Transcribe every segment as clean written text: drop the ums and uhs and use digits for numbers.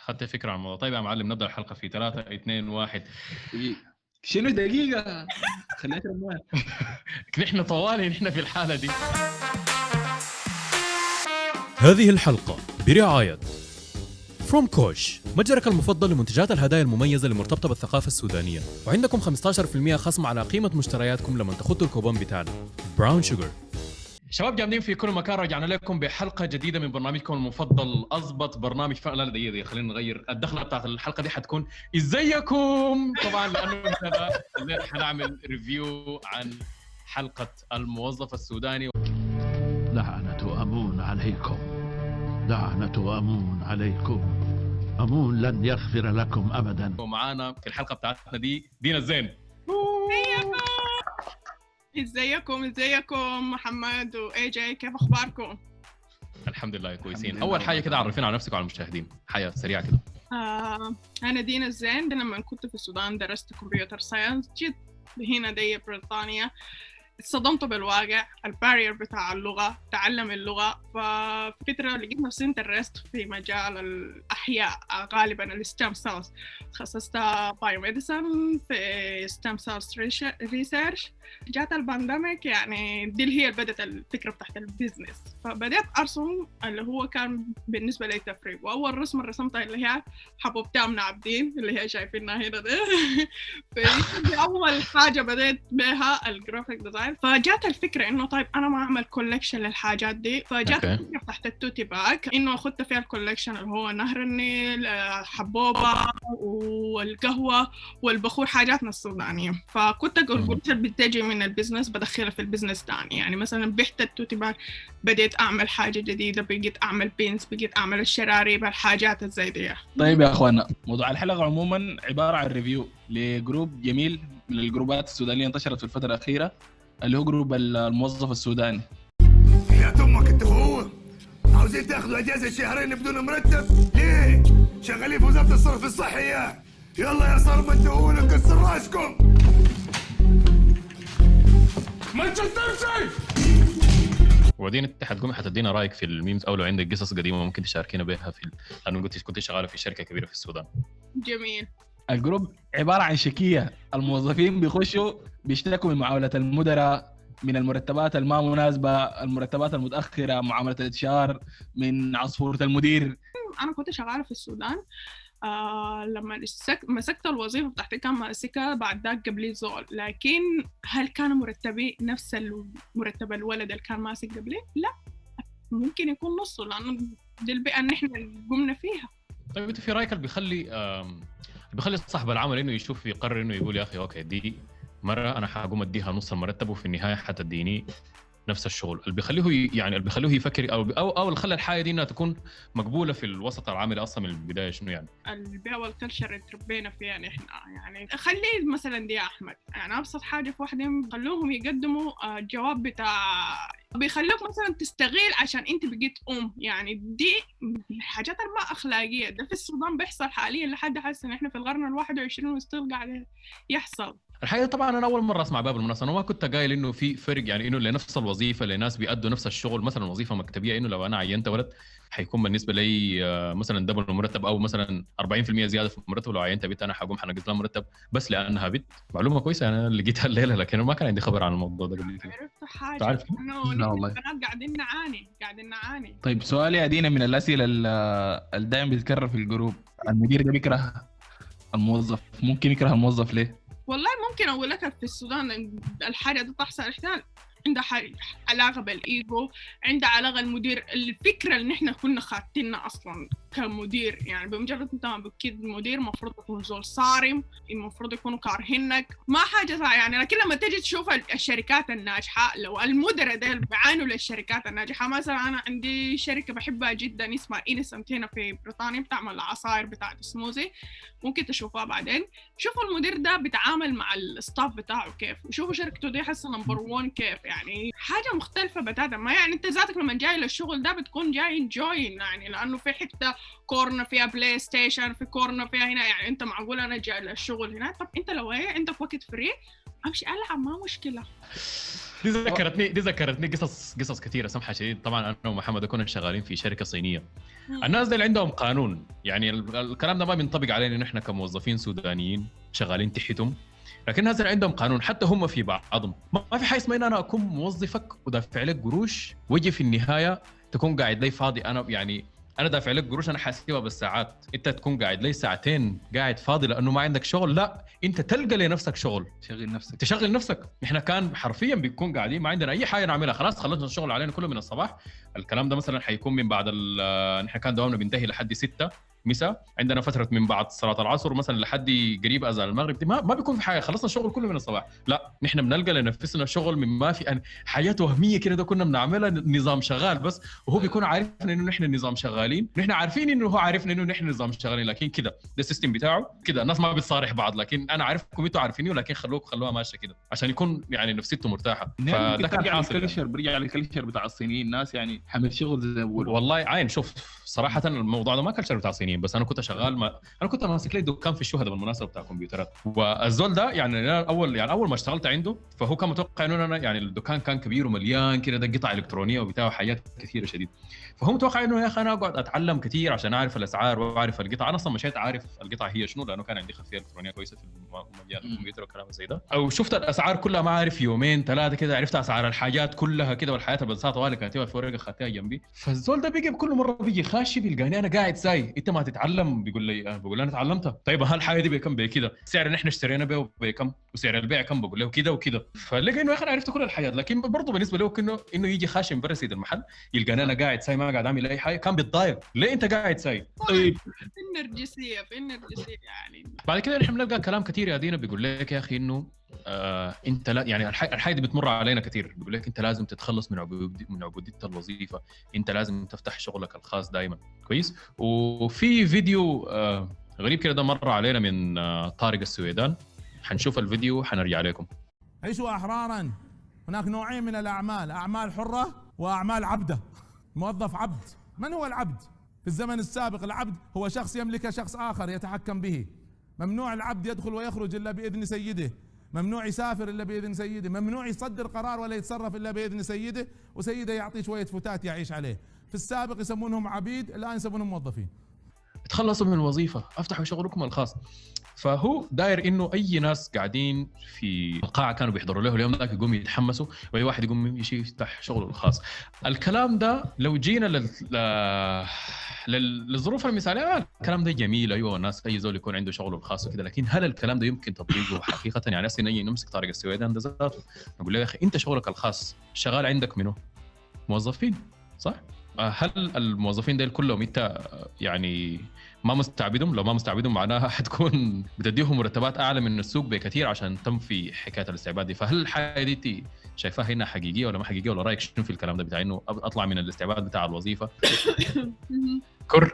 اخذت فكره عن الموضوع. طيب يا معلم نبدا الحلقه في 3 2 1. شنو دقيقة خليها ترموها. نحن طوالي نحن في الحاله دي. هذه الحلقة برعاية فروم كوش، متجرك المفضل لمنتجات الهدايا المميزة المرتبطة بالثقافة السودانية، وعندكم 15% خصم على قيمة مشترياتكم لما تخطوا الكوبون بتاعنا براون شوغر. شباب جامدين في كل مكان، رجعنا لكم بحلقه جديده من برنامجكم المفضل اضبط برنامج فعلا. دقيقه خلينا نغير الدخله بتاعت الحلقه دي، حتكون ازيكم طبعا، لانه حنعمل ريفيو عن حلقه الموظف السوداني. لعنة أمون عليكم، لعنة أمون عليكم، أمون لن يغفر لكم أبدا. ومعانا في الحلقه بتاعتنا دي دينا الزين. ازيكم محمد واي جي، كيف اخباركم؟ الحمد لله كويسين. اول حاجه كده عرفينا على نفسك وعلى المشاهدين، حاجه سريعه كده. انا دينا الزين. لما كنت في السودان درست كمبيوتر ساينس، جيت هنا دي بريطانيا، اتصدمت بالواقع، البارير بتاع اللغة، تعلم اللغة. ففترة لقيت نفسي انترست في مجال الأحياء، غالباً الستام سيلز. تخصصت بايوميديسن في ستام سيلز ريسيرش. جات البانديميك، يعني دي اللي هي بدأت الفكرة بتاعت البيزنس. فبدأت أرسم اللي هو كان بالنسبة لي تفريق، وأول رسمة رسمتها اللي هي حبوبتي من عابدين اللي هي شايفينها هنا ده. أول حاجة بدأت بها الجرافيك ديزاين. فجات الفكرة إنه طيب أنا ما أعمل كولكشن للحاجات دي. فجات الفكرة تحت التوتي باك إنه أخدت فيها الكولكشن اللي هو نهر النيل، حبوبة والقهوة والبخور، حاجاتنا السودانية. فكنت قلت بتجي من البزنس بدخلها في البزنس تاني. يعني مثلا بحت التوتي باك، بديت أعمل حاجة جديدة، بقيت أعمل بينز، بقيت أعمل الشراريب، الحاجات الزي دي. طيب يا أخوانا، موضوع الحلقة عموما عبارة عن ريفيو لجروب جميل من الجروبات السودانية انتشرت في الفترة الأخيرة، اللي هو جروب الموظف السوداني. يا أمك أنت هو عاوزين تاخذوا أجازة شهرين بدون مرتب ليه؟ شغالين في وزارة الصرف الصحية. يلا يا صرمة انتوا هو نكسر راسكم. ما تشتمش. ودين انت حتقومي حتدينا رايك في الميمز، او لو عندك قصص قديمه ممكن تشاركينا بها لانه كنت شغاله في شركه كبيره في السودان. جميل. الجروب عبارة عن شكية، الموظفين بيخشوا بيشتكوا من معاملة المدراء، من المرتبات الما مناسبة، المرتبات المتأخرة، معاملة الاتشار، من عصفورة المدير. أنا كنت شغالة في السودان. لما مسكت الوظيفة بتاعتي كان ماسكة بعد ذاك قبلي زول، لكن هل كان مرتبي نفس المرتب الولد اللي كان ماسك قبلي؟ لا، ممكن يكون نصه، لأنه دي البيئة اللي احنا قمنا فيها. طيب انت في رايك بيخلي صاحب العمل انه يشوف يقرر انه يقول يا اخي اوكي دي مره انا حقوم اديها نص المرتب وفي النهايه حتديني نفس الشغل، اللي بيخليه يفكر او اللي خلى الحاجه دي انها تكون مقبوله في الوسط العملي اصلا من البدايه شنو يعني؟ البيئه والكلتشر اللي تربينا فيها نحن. يعني خليه مثلا دي يا احمد، يعني ابسط حاجه في واحدين خلوهم يقدموا الجواب بتاع، بيخلوك مثلا تستغيل عشان انت بقيت يعني دي حاجات ما اخلاقيه. ده في السودان بيحصل حاليا لحد حاسس ان احنا في القرن ال21 وستيل قاعد يحصل. الحقيقه طبعا انا اول مره اسمع باب المناسبه، انا ما كنت قايل انه في فرق، يعني انه لنفس الوظيفه لناس بيأدوا نفس الشغل، مثلا وظيفه مكتبيه انه لو انا عينت ولد حيكون بالنسبه لي مثلا دبل المرتب، او مثلا 40% زياده في المرتب. لو عينت بنت انا حقوم حنقص لها مرتب بس لانها بنت. معلومه كويسه انا لقيتها الليله، لكن ما كان عندي خبر عن الموضوع ده قبل كده. عرفت حاجه انه نحن قاعدين نعاني. طيب سؤالي يا دينا، من الاسئله اللي دائما بيتكرر في الجروب، المدير ده بيكره الموظف، ممكن يكره الموظف ليه؟ والله ممكن اقول لك في السودان الحاجه دي تحصل احيانا عندها علاقه بالايجو، عندها علاقه المدير، الفكره اللي نحن كنا خاطينها اصلا كمدير. يعني بمجرد انت ما بكيد مدير المفروض يكون زول صارم، المفروض يكونوا كارهينك، ما حاجه يعني. لكن لما تيجي تشوف الشركات الناجحه، لو المدراء ديل بيعانوا للشركات الناجحه، مثلا انا عندي شركه بحبها جدا اسمها إنسنت هنا في بريطانيا، بتعمل العصائر بتاعت سموزي، ممكن تشوفها بعدين. شوفوا المدير ده بيتعامل مع الستاف بتاعه كيف، وشوفوا شركته دي حسنا نمبر 1 كيف. يعني حاجه مختلفه بتاتا. ما يعني انت ذاتك لما جاي للشغل ده بتكون جاي انجوين، يعني لانه في حته كورنر فيها بلاي ستيشن، في كورنر فيها هنا. يعني انت معقول انا جاي للشغل هنا؟ طب انت لو عندك وقت فري امشي العب ما مشكله. دي ذكرتني قصص كثيره سمحه شديد. طبعا انا ومحمد كنا شغالين في شركه صينيه. الناس دي اللي عندهم قانون، يعني الكلام ده ما بينطبق علينا نحن كموظفين سودانيين شغالين تحتهم، لكن الناس اللي عندهم قانون حتى هم في بعضهم. ما في حاجه اسمها ان انا اكون موظفك ودافع لك قروش واجي في النهايه تكون قاعد لي فاضي. انا يعني انا دافع لك قروش، انا حاسبها بالساعات، انت تكون قاعد لي ساعتين قاعد فاضي لانه ما عندك شغل. لا، انت تلقى لنفسك شغل، تشغل نفسك. احنا كان حرفيا بيكون قاعدين ما عندنا اي حاجه نعملها، خلاص خلصنا الشغل علينا كله من الصباح. الكلام ده مثلا حيكون من بعد نحن كان دوامنا بينتهي لحد 6 مساء، عندنا فتره من بعد صلاه العصر مثلا لحد قريب اذان المغرب، دي ما بيكون في حاجه، خلصنا الشغل كله من الصباح. لا، نحن بنلقى لنفسنا شغل من ما في حياه وهميه كده، ده كنا بنعملها نظام شغال بس، وهو بيكون عارفنا انه نحن النظام شغالين، نحن عارفين انه هو عارفنا انه نحن نظام شغالين، لكن كده ده السيستم بتاعه كده. الناس ما بتصارح بعض، لكن انا عارفكم انتوا عارفينه، لكن خلوها ماشيه كده عشان يكون يعني نفسيته مرتاحه. فده كان حاصل. برجع للكلتشر بتاع الصينيين، الناس يعني حمل شغل زي ما بيقولوا. والله عين شوف صراحه الموضوع ده ما كلتشر بتاع الصينيين بس. انا كنت شغال انا كنت ماسك لي دكان في الشهداء بالمناسبه بتاع كمبيوترات، والزول ده يعني اول ما اشتغلت عنده فهو كان متوقع انه انا يعني الدكان كان كبير ومليان كده، ده قطع الكترونيه وبتاع حاجات كثيره شديد، فهو متوقع انه يا اخي انا اقعد اتعلم كثير عشان اعرف الاسعار واعرف القطع. انا اصلا مشيت عارف القطع هي شنو، لانه كان عندي خلفيه الكترونيه كويسه في مجال الكمبيوتر وكلام زي ده. او شفت الاسعار كلها ما عارف يومين ثلاثه كده عرفت اسعار الحاجات كلها كده، والحياه البسيطه طوالي كاتبها في ورقه خدتها جنبي. فالزول ده بيجي كل مره بيجي خاشي بيلقاني انا قاعد ساي، انت ما تتعلم؟ بيقول لي بقول انا تعلمتها. طيب هالحاجه دي بكم بكده، السعر اللي احنا اشترينا به بكم وسعر البيع كم؟ بقول له كده وكده. فلقى انه يا اخي انا عرفت كل الحاجات، لكن برضه بالنسبه له انه يجي خاشي من برا سيد المحل يلقاني انا قاعد ساي ما قاعد اعمل اي حاجه، كان بيتضايق. ليه انت قاعد ساي؟ طيب النرجسيه يعني. بعد كده نحن بنلقى كلام كثير يا دينا بيقول لك يا اخي انه انت لا يعني الحاجه دي بتمر علينا كثير، بيقول لك انت لازم تتخلص من عبوديه الوظيفه، انت لازم تفتح شغلك الخاص دائما. كويس. وفي فيديو غريب كده ده مر علينا من طارق السويدان، حنشوف الفيديو حنرجع لكم. عيشوا احرارا. هناك نوعين من الاعمال، اعمال حره واعمال عبده. موظف عبد. من هو العبد؟ في الزمن السابق العبد هو شخص يملك شخص آخر يتحكم به. ممنوع العبد يدخل ويخرج إلا بإذن سيده، ممنوع يسافر إلا بإذن سيده، ممنوع يصدر قرار ولا يتصرف إلا بإذن سيده، وسيده يعطيه شوية فتات يعيش عليه. في السابق يسمونهم عبيد، الآن يسمونهم موظفين. تخلصوا من الوظيفة، افتحوا شغلكم الخاص. فهو داير انه اي ناس قاعدين في القاعه كانوا بيحضروا له اليوم ذاك يقوم يتحمسوا، واي واحد يقوم يمشي يفتح شغله الخاص. الكلام ده لو جينا للظروف المثاليه الكلام ده جميل، ايوه الناس اي زول يكون عنده شغله الخاص وكده، لكن هل الكلام ده يمكن تطبيقه حقيقه؟ يعني هسه نجي نمسك طارق السويدان ده ذاته نقول له يا اخي انت شغلك الخاص شغال عندك منه موظفين صح؟ هل الموظفين دول كلهم انت يعني ما مستعبدهم؟ لو ما مستعبدهم معناها حتكون بتديهم مرتبات اعلى من السوق بكثير عشان تنفي حكايه الاستعباد دي. فهل الحاجه دي شايفاها هنا حقيقيه ولا ما حقيقيه، ولا رايك شنو في الكلام ده بتاع انه اطلع من الاستعباد بتاع الوظيفه؟ كر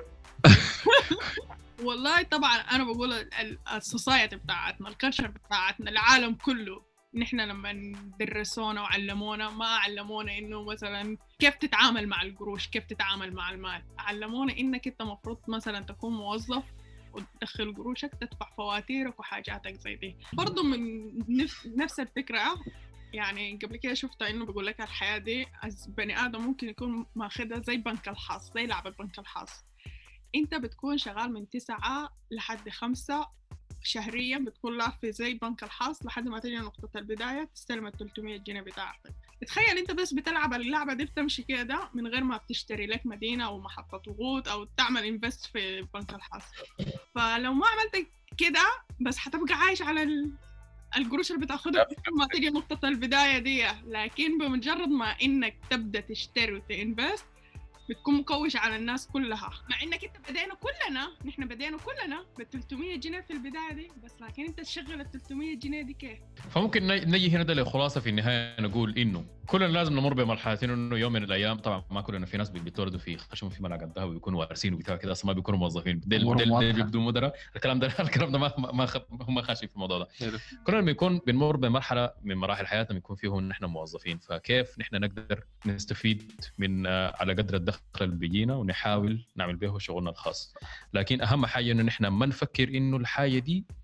والله طبعا انا بقول السوسايتي بتاعتنا، الكلتشر بتاعتنا، العالم كله نحن لما درسونا وعلمونا ما علمونا انه مثلا كيف تتعامل مع القروش، كيف تتعامل مع المال. علمونا انك انت مفروض مثلا تكون موظف وتدخل قروشك تدفع فواتيرك وحاجاتك زي دي. برضو من نفس الفكرة يعني قبل كده شفتها انه بقول لك الحياة دي بني ادم ممكن يكون ماخدها زي بنك الحظ، زي لعبة بنك الحظ. انت بتكون شغال من 9 لحد 5 شهريا، بتكون لافة زي بنك الحظ لحد ما تجي نقطة البداية تستلم 300 جنيه بتاعتك. تخيل انت بس بتلعب اللعبة دي بتمشي كده من غير ما بتشتري لك مدينة او محطة ضغوط او تعمل انفست في بنك الحظ. فلو ما عملت كده بس حتبقى عايش على القروش اللي بتاخدها ما تجي نقطة البداية دي. لكن بمجرد ما انك تبدأ تشتري وتنفست بتكون مكوش على الناس كلها، مع انك انت نحن بدينا كلنا ب 300 جنيه في البدايه دي، بس لكن انت تشغل ال 300 جنيه دي كيف؟ فممكن نجي هنا ده لخلاصه في النهايه نقول انه كلنا لازم نمر بمرحلة انه يوم من الايام، طبعا ما كلنا، في ناس بيتولدوا في خشم في ملعقه الذهب ويكونوا وارثين وبتاع كده، اصلا ما بيكونوا موظفين، بيبدوا مدراء. الكلام ده ما هم خاشين في الموضوع ده. كلنا بنمر بمرحله من مراحل حياتنا بيكون فيهم نحن موظفين، فكيف نحن نقدر نستفيد من على قدر الدخل اللي بيجينا ونحاول نعمل به شغلنا الخاص. لكن اهم حاجه انه نحن ما نفكر انه الحاجه دي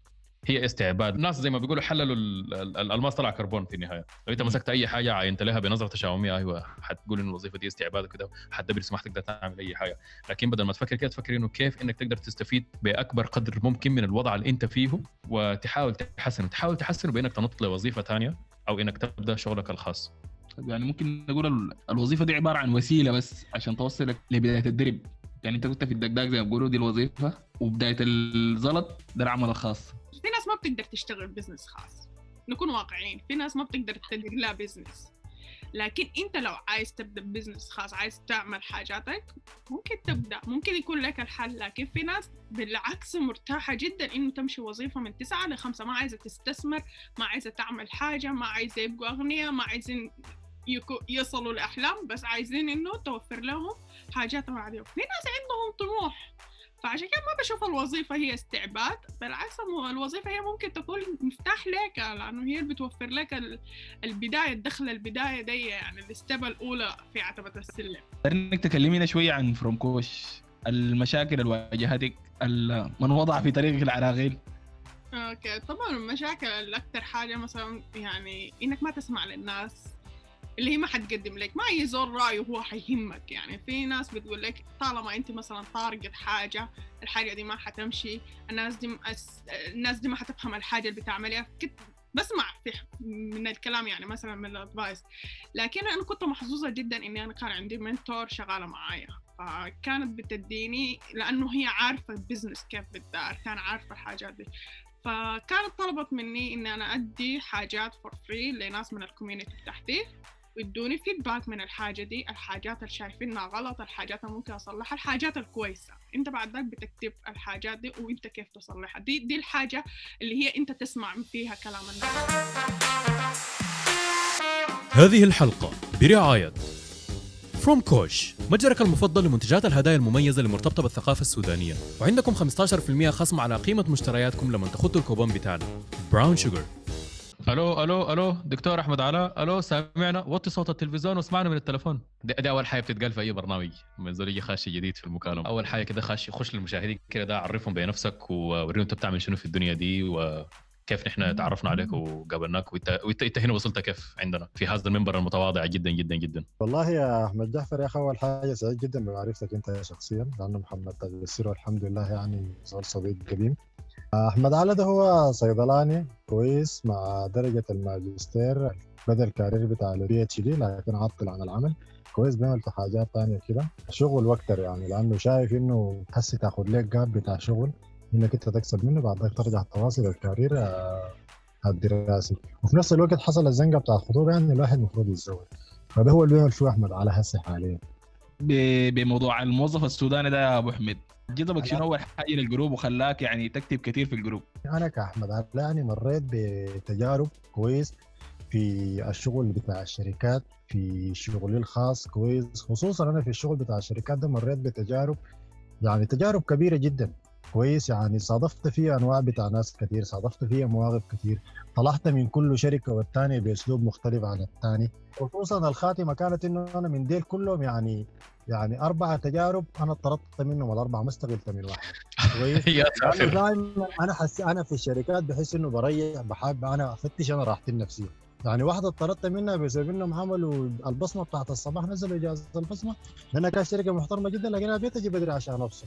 هي استعباد. الناس زي ما بيقولوا حللوا الالماس طلع كربون في النهايه. لو انت مسكت اي حاجه عينت لها بنظره تشاؤميه ايوه حتقول ان الوظيفه دي استعباد وكده، حد بيسمح تقدر تعمل اي حاجه. لكن بدل ما تفكر كده تفكر انه كيف انك تقدر تستفيد باكبر قدر ممكن من الوضع اللي انت فيه، وتحاول تحسنه بانك تنط لوظيفه ثانيه او انك تبدا شغلك الخاص. يعني ممكن نقول الوظيفه دي عباره عن وسيله بس عشان توصلك لبدايه الدرب. يعني انت كنت في الدقداق زي ما بيقولوا دي الوظيفه، وبدايه الزلط ده العمل الخاص. في ناس ما بتقدر تشتغل بزنس خاص، نكون واقعيين، في ناس ما بتقدر تدير لها بزنس. لكن انت لو عايز تبدا بزنس خاص، عايز تعمل حاجاتك، ممكن تبدا، ممكن يكون لك الحل. لكن في ناس بالعكس مرتاحه جدا انه تمشي وظيفه من 9 ل 5، ما عايزه تستثمر، ما عايزه تعمل حاجه، ما عايزه يبقوا اغنياء، ما عايزين يصلوا الاحلام، بس عايزين انه توفر لهم حاجاتهم عاديه. وفي ناس عندهم طموح، فعشان كده ما بشوف الوظيفة هي استعباد، بالعكس الوظيفة هي ممكن تكون مفتاح لك، لأنه هي اللي بتوفر لك البداية، الدخل البداية دي، يعني الاستبة الأولى في عتبة السلم. إنك تكلمينا شوية عن فروم كوش، المشاكل اللي واجهتك، من وضع في طريقك العراقيل. اوكي، طبعا المشاكل الأكثر حاجة مثلا يعني إنك ما تسمع للناس اللي هي ما حتقدم لك، ما أي زول رأيه هو حيهمك. يعني في ناس بتقول لك طالما أنت مثلا طارقت حاجة، الحاجة دي ما حتمشي، الناس دي ما حتفهم الحاجة اللي بتعملها. كنت بسمع من الكلام، يعني مثلا من الادفايس. لكن أنا كنت محظوظة جدا إني أنا كان عندي منتور شغالة معايا، فكانت بتديني، لأنه هي عارفة البزنس كيف بتدار، كان عارفة الحاجات دي. فكانت طلبت مني إن أنا أدي حاجات فور فري لناس من الكوميونيتي بتاعتي، ويدوني فيدباك من الحاجة دي، الحاجات اللي شايفينها غلط، الحاجات اللي ممكن أصلحها، الحاجات الكويسة. أنت بعد ذلك بتكتب الحاجات دي وأنت كيف تصلحها. دي الحاجة اللي هي أنت تسمع فيها كلام الناس. هذه الحلقة برعاية فروم كوش، متجرك المفضل لمنتجات الهدايا المميزة المرتبطة بالثقافة السودانية، وعندكم 15% خصم على قيمة مشترياتكم لما تخطوا الكوبون بتاعنا براون شوغر. الو دكتور احمد علاء، الو سامعنا؟ وطي صوت التلفزيون واسمعنا من التلفون. دي اول حاجه بتتقال في اي برنامج من زول يجي خاشي جديد في المكالمه. اول حاجه كده خش للمشاهدين كده، عرفهم بنفسك ووريهم انت بتعمل شنو في الدنيا دي، وكيف نحن تعرفنا عليك وقابلناك، وانت هنا وصلت كيف عندنا في هذا المنبر المتواضع جدا جدا جدا. والله يا احمد جعفر يا اخي، اول حاجه سعيد جدا بمعرفتك انت شخصيا، لانه محمد تجسيره الحمد لله يعني زول صديق قديم. احمد علي ده هو صيدلاني كويس مع درجه الماجستير، بدا الكارير بتاع البي اتش دي لكن عطل عن العمل. كويس بيعمل في حاجات تانية كده شغل واكتر، يعني لانه شايف انه هسه تاخذ لك جاب بتاع شغل انك انت تكسب منه، بعد ذلك ترجع تواصل الكارير الدراسي. وفي نفس الوقت حصل الزنقه بتاع الخطوبه، يعني الواحد المفروض يتزوج. فده هو اللي بيعمل شو احمد على هسه حاليا. بموضوع الموظف السوداني ده يا ابو حميد، جذبك شنو اول حاجه للجروب وخلاك يعني تكتب كثير في الجروب؟ انا كاحمد علي يعني مريت بتجارب كويس في الشغل بتاع الشركات، في شغلي الخاص كويس، خصوصا انا في الشغل بتاع الشركات ده مريت بتجارب، يعني تجارب كبيره جدا كويس. يعني صادفت فيها انواع بتاع ناس كثير، صادفت فيها مواقف كثير، طلعت من كل شركه والثانيه باسلوب مختلف عن الثاني. خصوصا الخاتمه كانت انه انا من ديل كلهم يعني 4 تجارب انا اتطردت منهم ال4، ما استقلت من واحد كويس. دائما انا في الشركات بحس انه بريح، بحب انا افتش انا راحتي النفسيه. يعني واحده اتطردت منها بسبب انهم عملوا البصمه بتاعت الصباح، نزلوا اجازه البصمه لانها كانت شركه محترمه جدا، لكن انا بيت اجي بدري عشان افصل.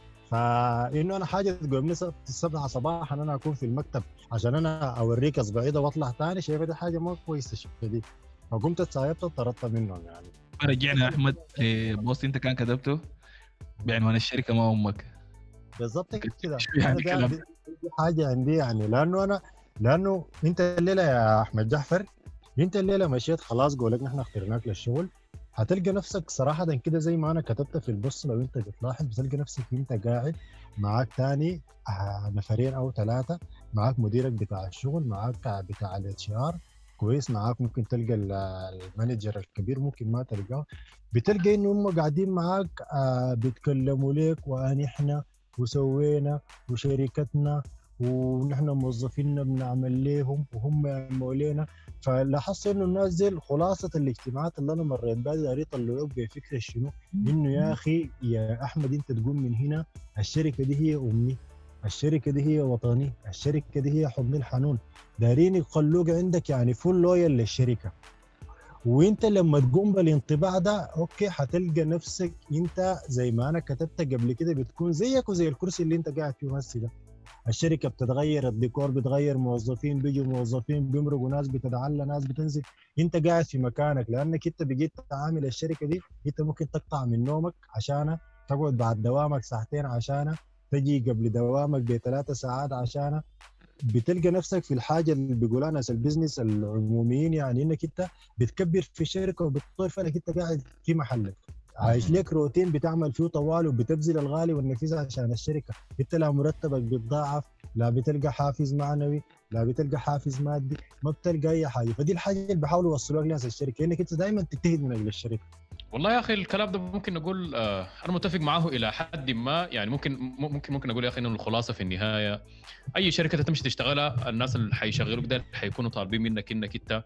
فانه انا حاجه تقومني 7 صباحا انا اكون في المكتب عشان انا اوريك اصبعي ده واطلع ثاني، شايفه دي حاجه ما كويسه شديد. فقمت اتسايبت وطردت منهم. يعني رجعنا احمد بوست انت كان كتبته بعنوان الشركه ما امك. بالضبط كده. يعني دي حاجه عندي، يعني لانه انت الليله يا احمد جعفر، انت الليله مشيت خلاص قولك نحن اخترناك للشغل، هتلقى نفسك صراحه كده زي ما انا كتبت في البوست، لو انت بتلاحظ بتلقى نفسك انت قاعد معاك تاني 2 أو 3، معاك مديرك بتاع الشغل، معاك بتاع الاتش ار كويس، معاك ممكن تلقى المانجر الكبير، ممكن ما تلقاه. بتلقى انه هم قاعدين معاك بيتكلموا لك ونحن وسوينا وشركتنا ونحن موظفيننا بنعمل لهم وهم يعملوا لنا. فلاحظت انه الناس دي خلاصه الاجتماعات اللي انا مريت بها داري يطلعوك بفكره شنو، انه يا اخي يا احمد انت تقوم من هنا، الشركه دي هي امي، الشركه دي هي وطني، الشركه دي هي حضن الحنون، دارين يخلوك عندك يعني فول لويال للشركه. وانت لما تقوم بالانطباع ده اوكي حتلقى نفسك انت زي ما انا كتبت قبل كده بتكون زيك وزي الكرسي اللي انت قاعد فيه هسه ده. الشركه بتتغير، الديكور بتغير، موظفين بيجوا، موظفين بيمرقوا، ناس بتتعلى، ناس بتنزل، انت قاعد في مكانك لانك انت بقيت عامل الشركه دي. انت ممكن تقطع من نومك عشانها، تقعد بعد دوامك ساعتين عشانها، تجي قبل دوامك ب3 ساعات عشانها. بتلقى نفسك في الحاجه اللي بيقولها ناس البزنس العموميين، يعني انك انت بتكبر في الشركه وبتطير فلك انت قاعد في محلك، عايش لك روتين بتعمل فيه طوال وبتبذل الغالي والنفيس عشان الشركه. انت لا مرتبك بيتضاعف، لا بتلقى حافز معنوي، لا بتلقى حافز مادي، ما بتلقى اي حاجه. فدي الحاجه اللي بيحاولوا يوصلوها لناس الشركه، انك انت دايما تجتهد من اجل الشركه. والله يا اخي الكلام ده ممكن نقول انا متفق معه الى حد ما، يعني ممكن اقول يا اخي انه الخلاصه في النهايه اي شركه تمشي تشتغلها الناس اللي حيشغلوك ده حيكونوا طالبين منك انك انت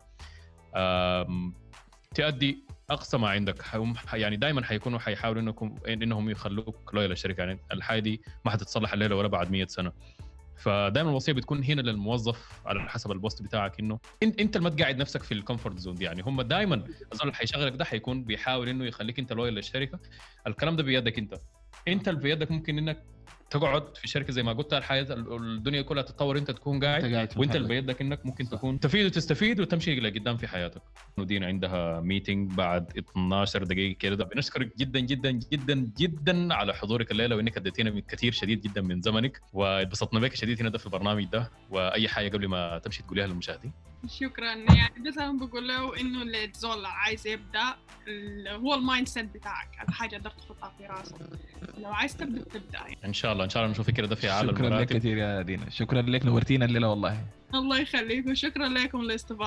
تؤدي اقصى ما عندك. يعني دائما حيكونوا حيحاولوا انهم يخلوك لويال للشركه، يعني الحاجه دي ما حتتصلح الليله ولا بعد 100 سنه. فدائما الوصيه بتكون هنا للموظف على حسب البوست بتاعك، انه انت اللي ما تقعد نفسك في الكومفورت زون دي. يعني هم دائما الزول اللي حيشغلك ده حيكون بيحاول انه يخليك انت لويال للشركه. الكلام ده بيدك انت اللي بيدك ممكن انك تقعد في شركه زي ما قلت الحياه الدنيا كلها تتطور، انت تكون قاعد وانت اللي بيدك انك ممكن تكون تستفيد وتمشي لقدام في حياتك. ودينا عندها ميتنج بعد 12 دقيقه كده. بنشكرك جدا جدا جدا جدا على حضورك الليله، وانك اديتينا كثير شديد جدا من زمنك، واتبسطنا بك شديد هنا في البرنامج ده. واي حاجه قبل ما تمشي تقوليها للمشاهدين؟ شكرا. يعني بس انا بقول له انه اللي تزول عايز يبدا هو المايند سيت بتاعك، الحاجه اللي تحطها في راسك. لو عايز تبدا يعني. ان شاء الله نشوف كده ده في عالم شكرا لك كثير يا دينا، شكرا لك، نورتينا الليله والله. الله يخليك، وشكرا لكم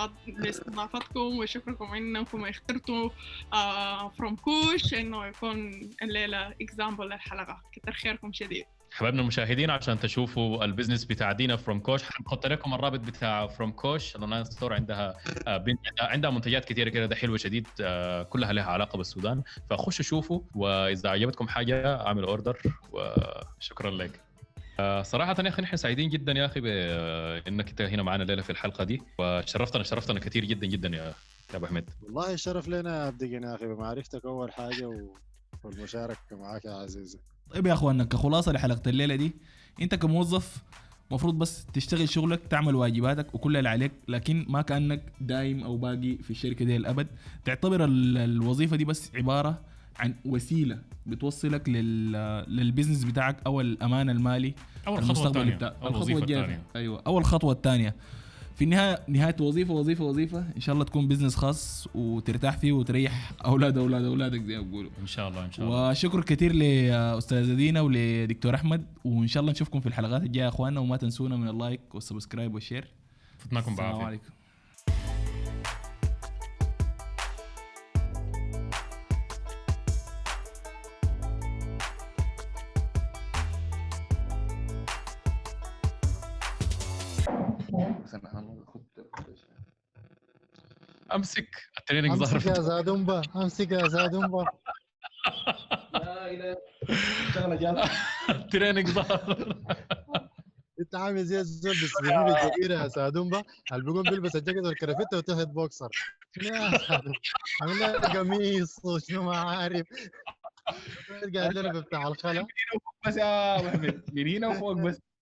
لاستضافتكم، وشكركم انكم اخترتوا فروم كوش انه يكون الليله اكزامبل للحلقه. كتر خيركم شديد حبايبنا المشاهدين. عشان تشوفوا البزنس بتاع دينا فروم كوش حنحط لكم الرابط بتاع فروم كوش الاونلاين ستور. عندها منتجات كثيره كده، ده حلوه شديد، كلها لها علاقه بالسودان. فخشوا شوفوا، واذا عجبتكم حاجه اعملوا اوردر. وشكرا لك. صراحه يا اخي نحن سعيدين جدا يا اخي بانك انت هنا معنا الليله في الحلقه دي، وشرفتنا كثير جدا جدا يا ابو احمد. والله الشرف لنا يا ابدي يا اخي بمعرفتك اول حاجه والمشاركه معك يا عزيزي. طيب يا اخواننا، كخلاصه لحلقه الليله دي، انت كموظف مفروض بس تشتغل شغلك، تعمل واجباتك وكل اللي عليك، لكن ما كانك دايم او باقي في الشركه دي الابد. تعتبر الوظيفه دي بس عباره عن وسيله بتوصلك للبيزنس بتاعك او الامان المالي، اول خطوه الثانيه، الخطوه الجايه. ايوه، اول خطوه الثانيه. في النهايه نهايه وظيفه ان شاء الله تكون بزنس خاص وترتاح فيه وتريح اولادك زي ما بيقولوا. ان شاء الله. وشكر كثير لاستاذه دينا ولدكتور احمد، وان شاء الله نشوفكم في الحلقات الجايه يا اخواننا. وما تنسونا من اللايك والسبسكرايب والشير. فتناكم بعافيه. السلام عليكم. امسك التريننج ظهر. امسك يا زادومبا، امسك يا زادومبا. لا اله شغله جات. التريننج ظهر. انت عامل زي الزول بيستخدموه بالجزيره يا سادومبا، اللي بيقوم بيلبس الجاكيت والكرافته وتحت بوكسر. شنو يا سادومبا؟ عامل لها قميص وشنو ما عارف. قاعد لنا بتاع الخلا. بس يا ابو حميد، من هنا وفوق بس.